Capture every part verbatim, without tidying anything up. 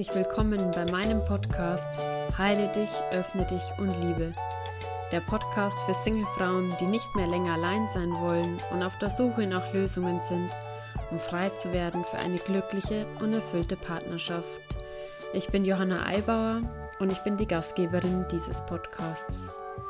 herzlich willkommen bei meinem Podcast Heile dich, öffne dich und liebe. Der Podcast für Singlefrauen, die nicht mehr länger allein sein wollen und auf der Suche nach Lösungen sind, um frei zu werden für eine glückliche und erfüllte Partnerschaft. Ich bin Johanna Eibauer und ich bin die Gastgeberin dieses Podcasts.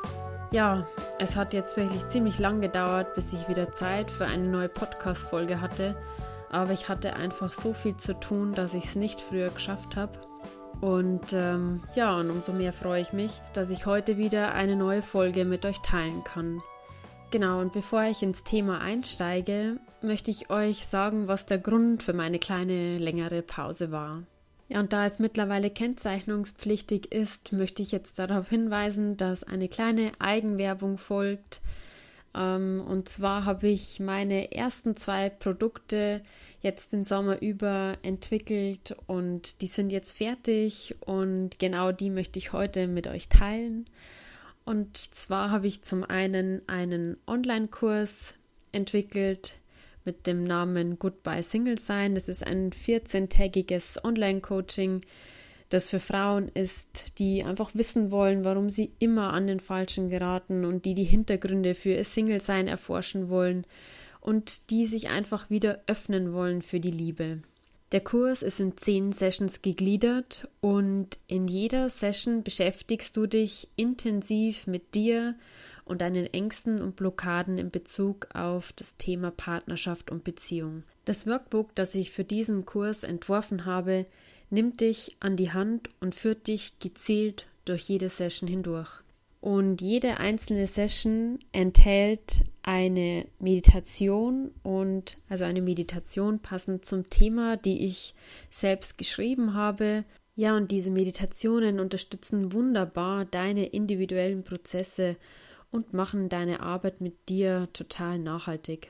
Ja, es hat jetzt wirklich ziemlich lang gedauert, bis ich wieder Zeit für eine neue Podcast-Folge hatte, aber ich hatte einfach so viel zu tun, dass ich es nicht früher geschafft habe. Und ähm, ja, und umso mehr freue ich mich, dass ich heute wieder eine neue Folge mit euch teilen kann. Genau, und bevor ich ins Thema einsteige, möchte ich euch sagen, was der Grund für meine kleine, längere Pause war. Ja, und da es mittlerweile kennzeichnungspflichtig ist, möchte ich jetzt darauf hinweisen, dass eine kleine Eigenwerbung folgt. Ähm, und zwar habe ich meine ersten zwei Produkte jetzt den Sommer über entwickelt und die sind jetzt fertig und genau die möchte ich heute mit euch teilen. Und zwar habe ich zum einen einen Online-Kurs entwickelt mit dem Namen Goodbye Single Sein. Das ist ein vierzehntägiges Online-Coaching, das für Frauen ist, die einfach wissen wollen, warum sie immer an den Falschen geraten und die die Hintergründe für ihr Single-Sein erforschen wollen und die sich einfach wieder öffnen wollen für die Liebe. Der Kurs ist in zehn Sessions gegliedert und in jeder Session beschäftigst du dich intensiv mit dir und deinen Ängsten und Blockaden in Bezug auf das Thema Partnerschaft und Beziehung. Das Workbook, das ich für diesen Kurs entworfen habe, nimmt dich an die Hand und führt dich gezielt durch jede Session hindurch. Und jede einzelne Session enthält eine Meditation und also eine Meditation passend zum Thema, die ich selbst geschrieben habe. Ja, und diese Meditationen unterstützen wunderbar deine individuellen Prozesse und machen deine Arbeit mit dir total nachhaltig.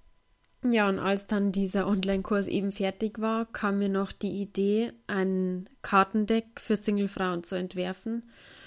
Ja, und als dann dieser Online-Kurs eben fertig war, kam mir noch die Idee, ein Kartendeck für Singlefrauen zu entwerfen.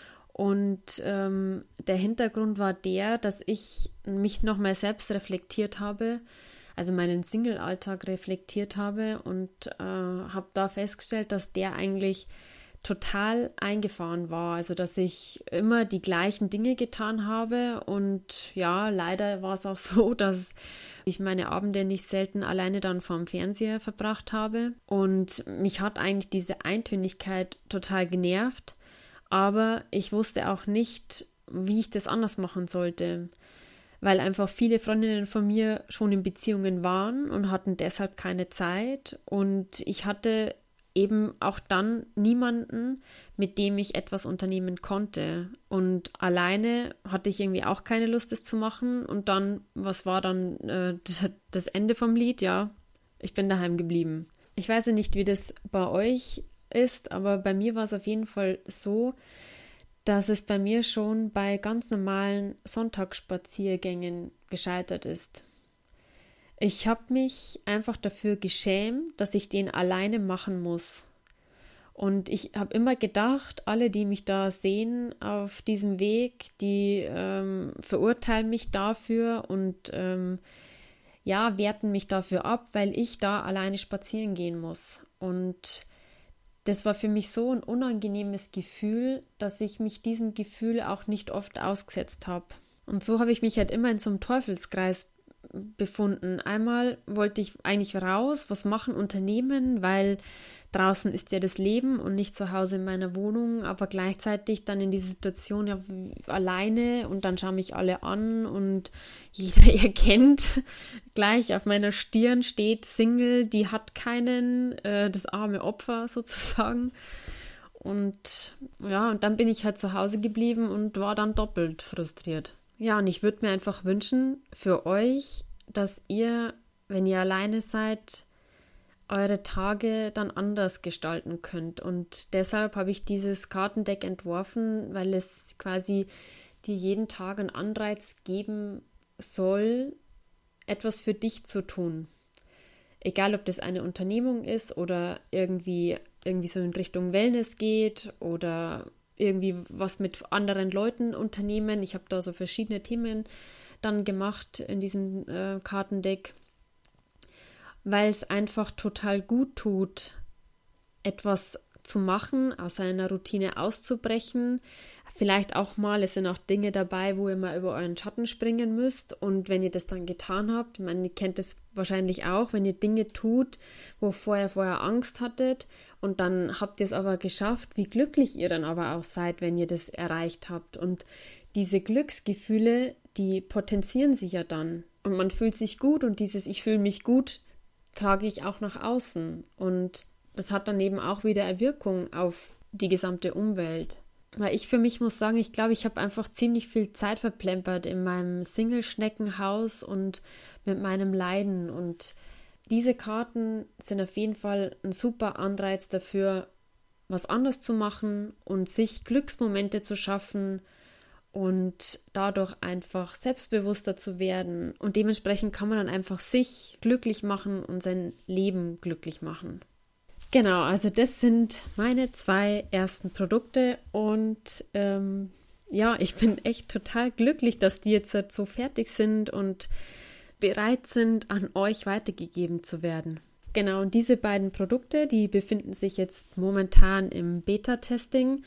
Und ähm, der Hintergrund war der, dass ich mich nochmal selbst reflektiert habe, also meinen Single-Alltag reflektiert habe und äh, habe da festgestellt, dass der eigentlich total eingefahren war, also dass ich immer die gleichen Dinge getan habe und ja, leider war es auch so, dass ich meine Abende nicht selten alleine dann vorm Fernseher verbracht habe und mich hat eigentlich diese Eintönigkeit total genervt, aber ich wusste auch nicht, wie ich das anders machen sollte, weil einfach viele Freundinnen von mir schon in Beziehungen waren und hatten deshalb keine Zeit und ich hatte eben auch dann niemanden, mit dem ich etwas unternehmen konnte. Und alleine hatte ich irgendwie auch keine Lust, das zu machen. Und dann, was war dann äh, das Ende vom Lied? Ja, ich bin daheim geblieben. Ich weiß ja nicht, wie das bei euch ist, aber bei mir war es auf jeden Fall so, dass es bei mir schon bei ganz normalen Sonntagsspaziergängen gescheitert ist. Ich habe mich einfach dafür geschämt, dass ich den alleine machen muss. Und ich habe immer gedacht, alle, die mich da sehen auf diesem Weg, die ähm, verurteilen mich dafür und ähm, ja, werten mich dafür ab, weil ich da alleine spazieren gehen muss. Und das war für mich so ein unangenehmes Gefühl, dass ich mich diesem Gefühl auch nicht oft ausgesetzt habe. Und so habe ich mich halt immer in so einem Teufelskreis befunden. Einmal wollte ich eigentlich raus, was machen, unternehmen, weil draußen ist ja das Leben und nicht zu Hause in meiner Wohnung, aber gleichzeitig dann in dieser Situation ja alleine und dann schauen mich alle an und jeder erkennt, gleich auf meiner Stirn steht Single, die hat keinen, äh, das arme Opfer sozusagen. Und ja, und dann bin ich halt zu Hause geblieben und war dann doppelt frustriert. Ja, und ich würde mir einfach wünschen für euch, dass ihr, wenn ihr alleine seid, eure Tage dann anders gestalten könnt. Und deshalb habe ich dieses Kartendeck entworfen, weil es quasi dir jeden Tag einen Anreiz geben soll, etwas für dich zu tun. Egal, ob das eine Unternehmung ist oder irgendwie, irgendwie so in Richtung Wellness geht oder irgendwie was mit anderen Leuten unternehmen. Ich habe da so verschiedene Themen dann gemacht in diesem äh, Kartendeck, weil es einfach total gut tut, etwas zu machen, aus seiner Routine auszubrechen. Vielleicht auch mal, es sind auch Dinge dabei, wo ihr mal über euren Schatten springen müsst. Und wenn ihr das dann getan habt, ich meine, ihr kennt das wahrscheinlich auch, wenn ihr Dinge tut, wovor ihr vorher Angst hattet und dann habt ihr es aber geschafft, wie glücklich ihr dann aber auch seid, wenn ihr das erreicht habt. Und diese Glücksgefühle, die potenzieren sich ja dann. Und man fühlt sich gut und dieses Ich fühle mich gut trage ich auch nach außen. Und das hat dann eben auch wieder eine Wirkung auf die gesamte Umwelt. Weil ich für mich muss sagen, ich glaube, ich habe einfach ziemlich viel Zeit verplempert in meinem Single-Schneckenhaus und mit meinem Leiden. Und diese Karten sind auf jeden Fall ein super Anreiz dafür, was anders zu machen und sich Glücksmomente zu schaffen und dadurch einfach selbstbewusster zu werden. Und dementsprechend kann man dann einfach sich glücklich machen und sein Leben glücklich machen. Genau, also das sind meine zwei ersten Produkte und ähm, ja, ich bin echt total glücklich, dass die jetzt so fertig sind und bereit sind, an euch weitergegeben zu werden. Genau, und diese beiden Produkte, die befinden sich jetzt momentan im Beta-Testing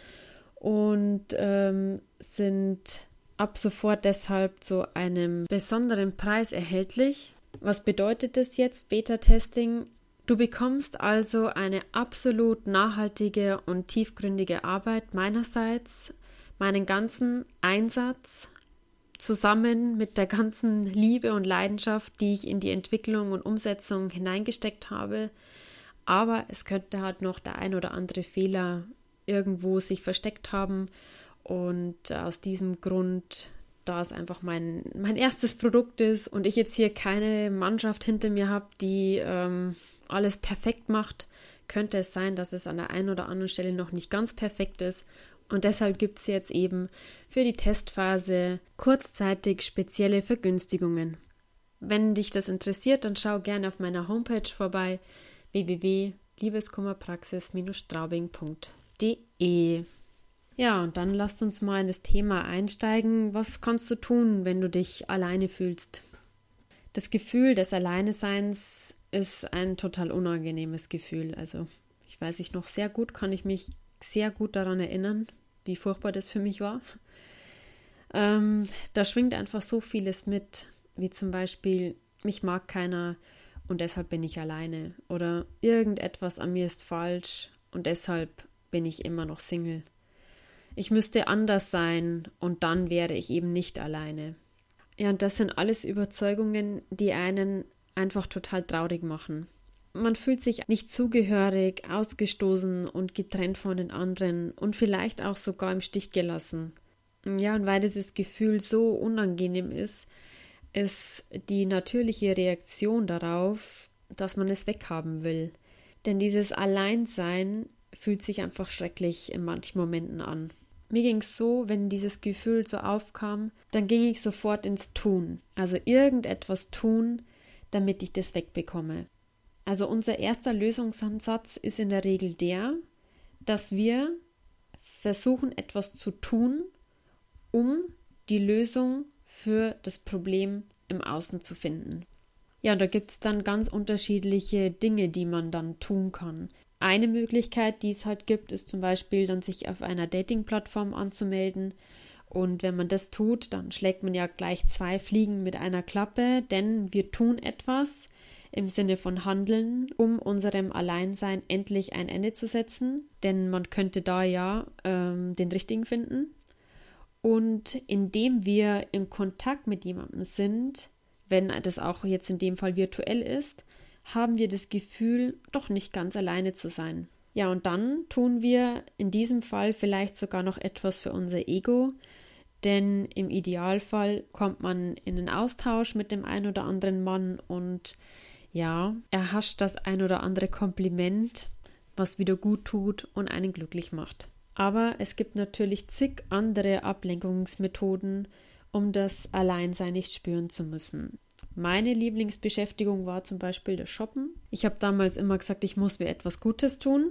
und ähm, sind ab sofort deshalb zu einem besonderen Preis erhältlich. Was bedeutet das jetzt, Beta-Testing? Du bekommst also eine absolut nachhaltige und tiefgründige Arbeit meinerseits, meinen ganzen Einsatz zusammen mit der ganzen Liebe und Leidenschaft, die ich in die Entwicklung und Umsetzung hineingesteckt habe. Aber es könnte halt noch der ein oder andere Fehler irgendwo sich versteckt haben und aus diesem Grund, da es einfach mein, mein erstes Produkt ist und ich jetzt hier keine Mannschaft hinter mir habe, die ähm, alles perfekt macht, könnte es sein, dass es an der einen oder anderen Stelle noch nicht ganz perfekt ist. Und deshalb gibt es jetzt eben für die Testphase kurzzeitig spezielle Vergünstigungen. Wenn dich das interessiert, dann schau gerne auf meiner Homepage vorbei, w w w punkt liebeskummerpraxis straubing punkt d e. Ja, und dann lasst uns mal in das Thema einsteigen. Was kannst du tun, wenn du dich alleine fühlst? Das Gefühl des Alleineseins ist ein total unangenehmes Gefühl. Also ich weiß ich noch sehr gut, kann ich mich sehr gut daran erinnern, wie furchtbar das für mich war. Ähm, da schwingt einfach so vieles mit, wie zum Beispiel, mich mag keiner und deshalb bin ich alleine. Oder irgendetwas an mir ist falsch und deshalb bin ich immer noch Single. Ich müsste anders sein und dann wäre ich eben nicht alleine. Ja, und das sind alles Überzeugungen, die einen einfach total traurig machen. Man fühlt sich nicht zugehörig, ausgestoßen und getrennt von den anderen und vielleicht auch sogar im Stich gelassen. Ja, und weil dieses Gefühl so unangenehm ist, ist die natürliche Reaktion darauf, dass man es weghaben will. Denn dieses Alleinsein fühlt sich einfach schrecklich in manchen Momenten an. Mir ging es so, wenn dieses Gefühl so aufkam, dann ging ich sofort ins Tun. Also irgendetwas tun, damit ich das wegbekomme. Also unser erster Lösungsansatz ist in der Regel der, dass wir versuchen, etwas zu tun, um die Lösung für das Problem im Außen zu finden. Ja, und da gibt es dann ganz unterschiedliche Dinge, die man dann tun kann. Eine Möglichkeit, die es halt gibt, ist zum Beispiel dann sich auf einer Dating-Plattform anzumelden. Und wenn man das tut, dann schlägt man ja gleich zwei Fliegen mit einer Klappe, denn wir tun etwas im Sinne von Handeln, um unserem Alleinsein endlich ein Ende zu setzen, denn man könnte da ja ähm, den Richtigen finden. Und indem wir in Kontakt mit jemandem sind, wenn das auch jetzt in dem Fall virtuell ist, haben wir das Gefühl, doch nicht ganz alleine zu sein. Ja, und dann tun wir in diesem Fall vielleicht sogar noch etwas für unser Ego, denn im Idealfall kommt man in den Austausch mit dem ein oder anderen Mann und ja, erhascht das ein oder andere Kompliment, was wieder gut tut und einen glücklich macht. Aber es gibt natürlich zig andere Ablenkungsmethoden, um das Alleinsein nicht spüren zu müssen. Meine Lieblingsbeschäftigung war zum Beispiel das Shoppen. Ich habe damals immer gesagt, ich muss mir etwas Gutes tun.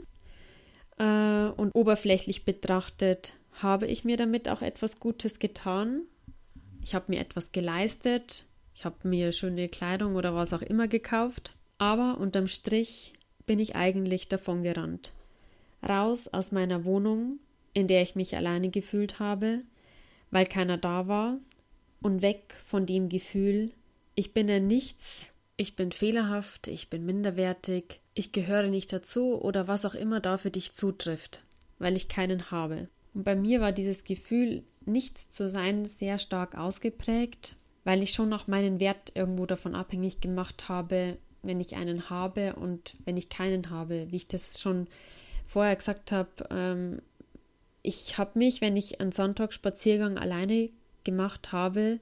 Äh, und oberflächlich betrachtet habe ich mir damit auch etwas Gutes getan. Ich habe mir etwas geleistet. Ich habe mir schöne Kleidung oder was auch immer gekauft. Aber unterm Strich bin ich eigentlich davon gerannt. raus aus meiner Wohnung, in der ich mich alleine gefühlt habe, weil keiner da war, und weg von dem Gefühl, ich bin ein Nichts, ich bin fehlerhaft, ich bin minderwertig, ich gehöre nicht dazu oder was auch immer da für dich zutrifft, weil ich keinen habe. Und bei mir war dieses Gefühl, nichts zu sein, sehr stark ausgeprägt, weil ich schon noch meinen Wert irgendwo davon abhängig gemacht habe, wenn ich einen habe und wenn ich keinen habe. Wie ich das schon vorher gesagt habe, ähm, ich habe mich, wenn ich einen Sonntagsspaziergang alleine gemacht habe,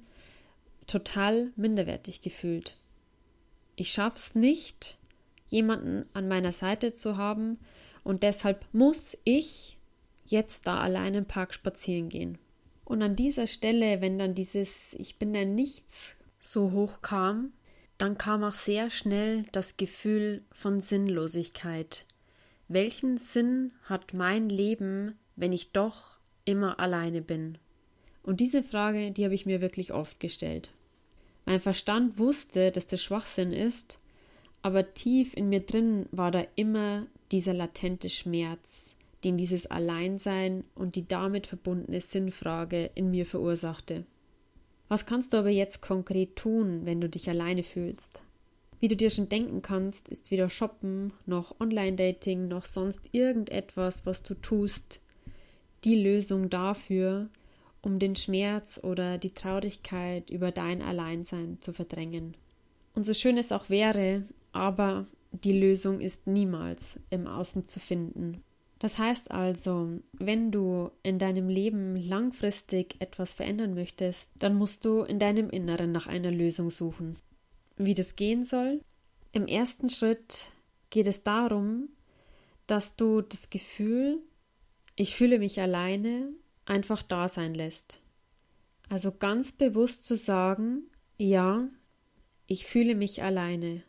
total minderwertig gefühlt. Ich schaff's nicht, jemanden an meiner Seite zu haben und deshalb muss ich jetzt da alleine im Park spazieren gehen. Und an dieser Stelle, wenn dann dieses Ich bin ein Nichts so hoch kam, dann kam auch sehr schnell das Gefühl von Sinnlosigkeit. Welchen Sinn hat mein Leben, wenn ich doch immer alleine bin? Und diese Frage, die habe ich mir wirklich oft gestellt. Mein Verstand wusste, dass das Schwachsinn ist, aber tief in mir drin war da immer dieser latente Schmerz, den dieses Alleinsein und die damit verbundene Sinnfrage in mir verursachte. Was kannst du aber jetzt konkret tun, wenn du dich alleine fühlst? Wie du dir schon denken kannst, ist weder Shoppen, noch Online-Dating, noch sonst irgendetwas, was du tust, die Lösung dafür, um den Schmerz oder die Traurigkeit über dein Alleinsein zu verdrängen. Und so schön es auch wäre, aber die Lösung ist niemals im Außen zu finden. Das heißt also, wenn du in deinem Leben langfristig etwas verändern möchtest, dann musst du in deinem Inneren nach einer Lösung suchen. Wie das gehen soll? Im ersten Schritt geht es darum, dass du das Gefühl, ich fühle mich alleine, einfach da sein lässt. Also ganz bewusst zu sagen, ja, ich fühle mich alleine.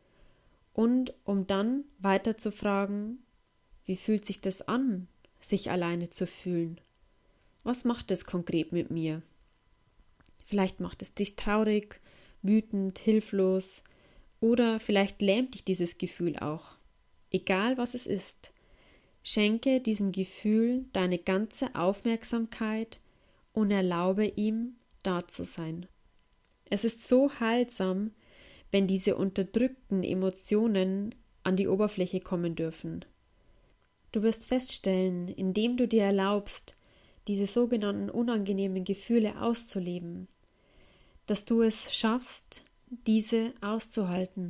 Und um dann weiter zu fragen, wie fühlt sich das an, sich alleine zu fühlen? Was macht es konkret mit mir? Vielleicht macht es dich traurig, wütend, hilflos oder vielleicht lähmt dich dieses Gefühl auch. Egal was es ist, schenke diesem Gefühl deine ganze Aufmerksamkeit und erlaube ihm, da zu sein. Es ist so heilsam, wenn diese unterdrückten Emotionen an die Oberfläche kommen dürfen. Du wirst feststellen, indem du dir erlaubst, diese sogenannten unangenehmen Gefühle auszuleben, dass du es schaffst, diese auszuhalten.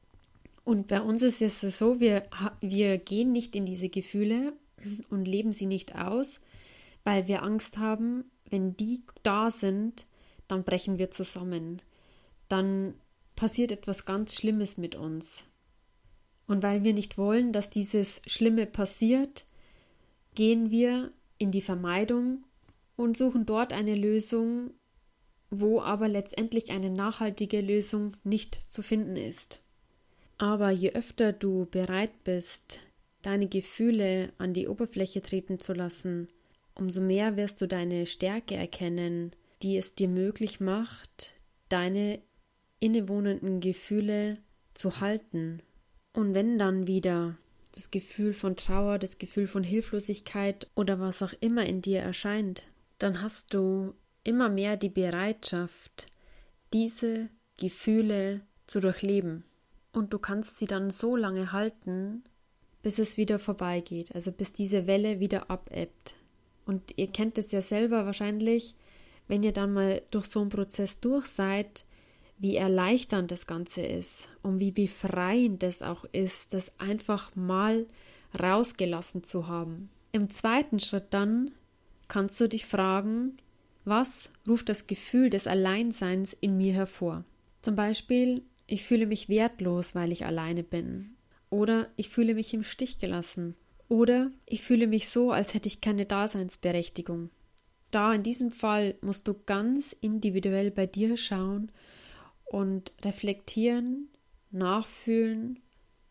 Und bei uns ist es so, wir, wir gehen nicht in diese Gefühle und leben sie nicht aus, weil wir Angst haben, wenn die da sind, dann brechen wir zusammen. Dann passiert etwas ganz Schlimmes mit uns. Und weil wir nicht wollen, dass dieses Schlimme passiert, gehen wir in die Vermeidung und suchen dort eine Lösung, wo aber letztendlich eine nachhaltige Lösung nicht zu finden ist. Aber je öfter du bereit bist, deine Gefühle an die Oberfläche treten zu lassen, umso mehr wirst du deine Stärke erkennen, die es dir möglich macht, deine innewohnenden Gefühle zu halten. Und wenn dann wieder das Gefühl von Trauer, das Gefühl von Hilflosigkeit oder was auch immer in dir erscheint, dann hast du immer mehr die Bereitschaft, diese Gefühle zu durchleben. Und du kannst sie dann so lange halten, bis es wieder vorbeigeht, also bis diese Welle wieder abebbt. Und ihr kennt es ja selber wahrscheinlich, wenn ihr dann mal durch so einen Prozess durch seid, wie erleichternd das Ganze ist und wie befreiend es auch ist, das einfach mal rausgelassen zu haben. Im zweiten Schritt dann kannst du dich fragen, was ruft das Gefühl des Alleinseins in mir hervor? Zum Beispiel, ich fühle mich wertlos, weil ich alleine bin. Oder ich fühle mich im Stich gelassen. Oder ich fühle mich so, als hätte ich keine Daseinsberechtigung. Da in diesem Fall musst du ganz individuell bei dir schauen und reflektieren, nachfühlen,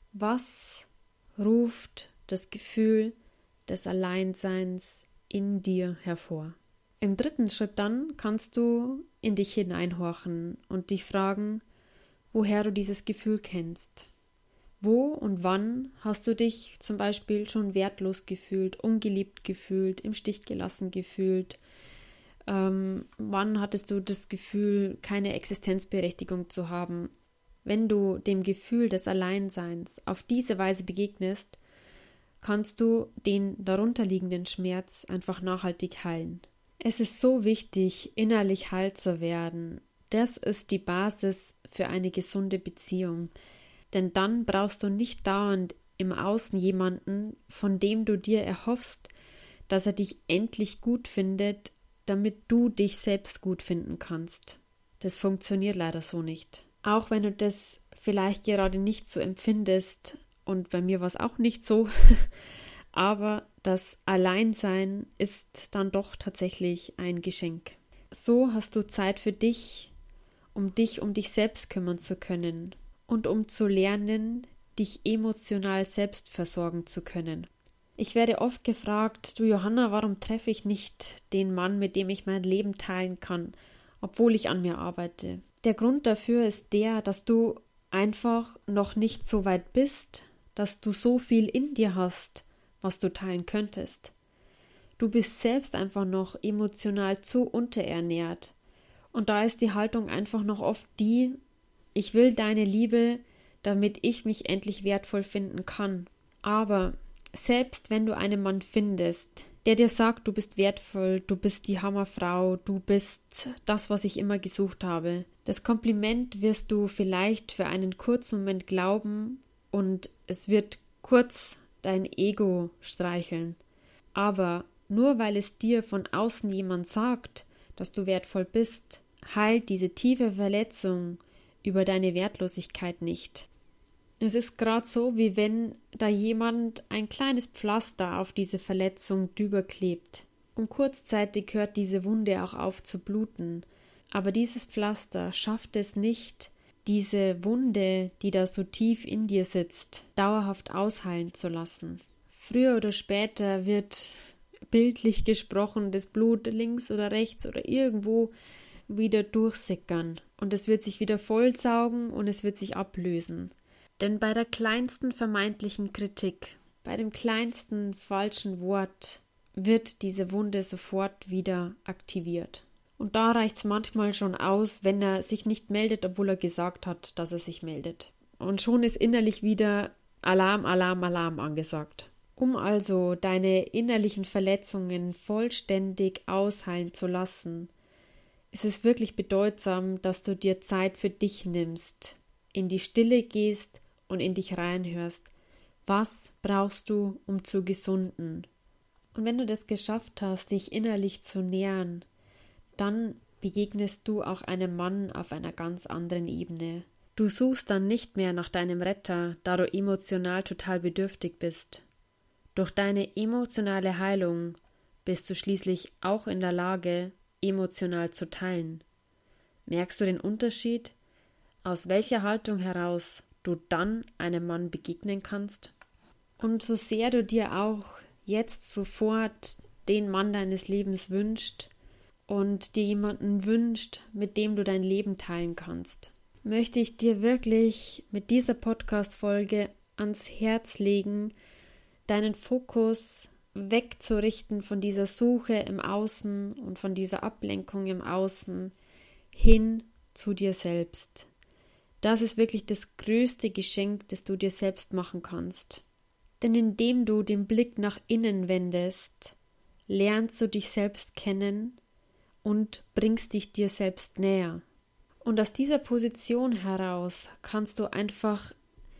was ruft das Gefühl des Alleinseins in dir hervor. Im dritten Schritt dann kannst du in dich hineinhorchen und dich fragen, woher du dieses Gefühl kennst. Wo und wann hast du dich zum Beispiel schon wertlos gefühlt, ungeliebt gefühlt, im Stich gelassen gefühlt? Ähm, wann hattest du das Gefühl, keine Existenzberechtigung zu haben? Wenn du dem Gefühl des Alleinseins auf diese Weise begegnest, kannst du den darunterliegenden Schmerz einfach nachhaltig heilen. Es ist so wichtig, innerlich heil zu werden. Das ist die Basis für eine gesunde Beziehung. Denn dann brauchst du nicht dauernd im Außen jemanden, von dem du dir erhoffst, dass er dich endlich gut findet, damit du dich selbst gut finden kannst. Das funktioniert leider so nicht. Auch wenn du das vielleicht gerade nicht so empfindest, und bei mir war es auch nicht so, aber das Alleinsein ist dann doch tatsächlich ein Geschenk. So hast du Zeit für dich, um dich um dich selbst kümmern zu können. Und um zu lernen, dich emotional selbst versorgen zu können. Ich werde oft gefragt, du Johanna, warum treffe ich nicht den Mann, mit dem ich mein Leben teilen kann, obwohl ich an mir arbeite? Der Grund dafür ist der, dass du einfach noch nicht so weit bist, dass du so viel in dir hast, was du teilen könntest. Du bist selbst einfach noch emotional zu unterernährt. Und da ist die Haltung einfach noch oft die, ich will deine Liebe, damit ich mich endlich wertvoll finden kann. Aber selbst wenn du einen Mann findest, der dir sagt, du bist wertvoll, du bist die Hammerfrau, du bist das, was ich immer gesucht habe, das Kompliment wirst du vielleicht für einen kurzen Moment glauben und es wird kurz dein Ego streicheln. Aber nur weil es dir von außen jemand sagt, dass du wertvoll bist, heilt diese tiefe Verletzung über deine Wertlosigkeit nicht. Es ist gerade so, wie wenn da jemand ein kleines Pflaster auf diese Verletzung drüber klebt. Und kurzzeitig hört diese Wunde auch auf zu bluten. Aber dieses Pflaster schafft es nicht, diese Wunde, die da so tief in dir sitzt, dauerhaft ausheilen zu lassen. Früher oder später wird bildlich gesprochen das Blut links oder rechts oder irgendwo wieder durchsickern und es wird sich wieder vollsaugen und es wird sich ablösen. Denn bei der kleinsten vermeintlichen Kritik, bei dem kleinsten falschen Wort wird diese Wunde sofort wieder aktiviert. Und da reicht es manchmal schon aus, wenn er sich nicht meldet, obwohl er gesagt hat, dass er sich meldet. Und schon ist innerlich wieder Alarm, Alarm, Alarm angesagt. Um also deine innerlichen Verletzungen vollständig ausheilen zu lassen, ist es wirklich bedeutsam, dass du dir Zeit für dich nimmst, in die Stille gehst und in dich reinhörst. Was brauchst du, um zu gesunden? Und wenn du das geschafft hast, dich innerlich zu nähern, dann begegnest du auch einem Mann auf einer ganz anderen Ebene. Du suchst dann nicht mehr nach deinem Retter, da du emotional total bedürftig bist. Durch deine emotionale Heilung bist du schließlich auch in der Lage, emotional zu teilen. Merkst du den Unterschied, aus welcher Haltung heraus du dann einem Mann begegnen kannst? Und so sehr du dir auch jetzt sofort den Mann deines Lebens wünschst und dir jemanden wünscht, mit dem du dein Leben teilen kannst, möchte ich dir wirklich mit dieser Podcast-Folge ans Herz legen, deinen Fokus wegzurichten von dieser Suche im Außen und von dieser Ablenkung im Außen hin zu dir selbst. Das ist wirklich das größte Geschenk, das du dir selbst machen kannst. Denn indem du den Blick nach innen wendest, lernst du dich selbst kennen und bringst dich dir selbst näher. Und aus dieser Position heraus kannst du einfach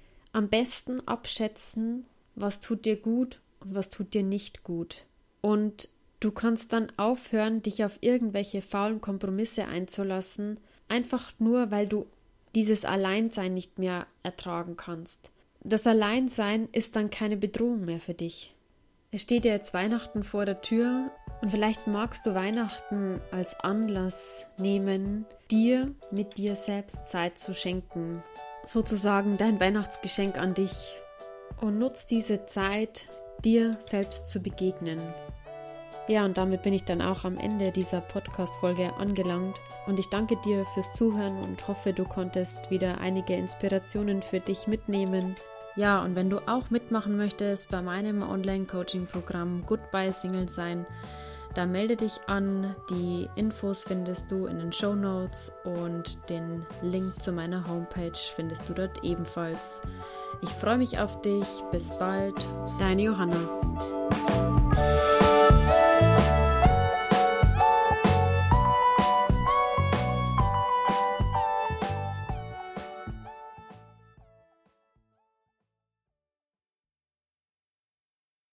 am besten abschätzen, was tut dir gut und was tut dir nicht gut. Und du kannst dann aufhören, dich auf irgendwelche faulen Kompromisse einzulassen, einfach nur, weil du dieses Alleinsein nicht mehr ertragen kannst. Das Alleinsein ist dann keine Bedrohung mehr für dich. Es steht ja jetzt Weihnachten vor der Tür und vielleicht magst du Weihnachten als Anlass nehmen, dir mit dir selbst Zeit zu schenken. Sozusagen dein Weihnachtsgeschenk an dich. Und nutz diese Zeit, dir selbst zu begegnen. Ja, und damit bin ich dann auch am Ende dieser Podcast-Folge angelangt. Und ich danke dir fürs Zuhören und hoffe, du konntest wieder einige Inspirationen für dich mitnehmen. Ja, und wenn du auch mitmachen möchtest bei meinem Online-Coaching-Programm Goodbye Single Sein, dann melde dich an. Die Infos findest du in den Shownotes und den Link zu meiner Homepage findest du dort ebenfalls. Ich freue mich auf dich. Bis bald. Deine Johanna.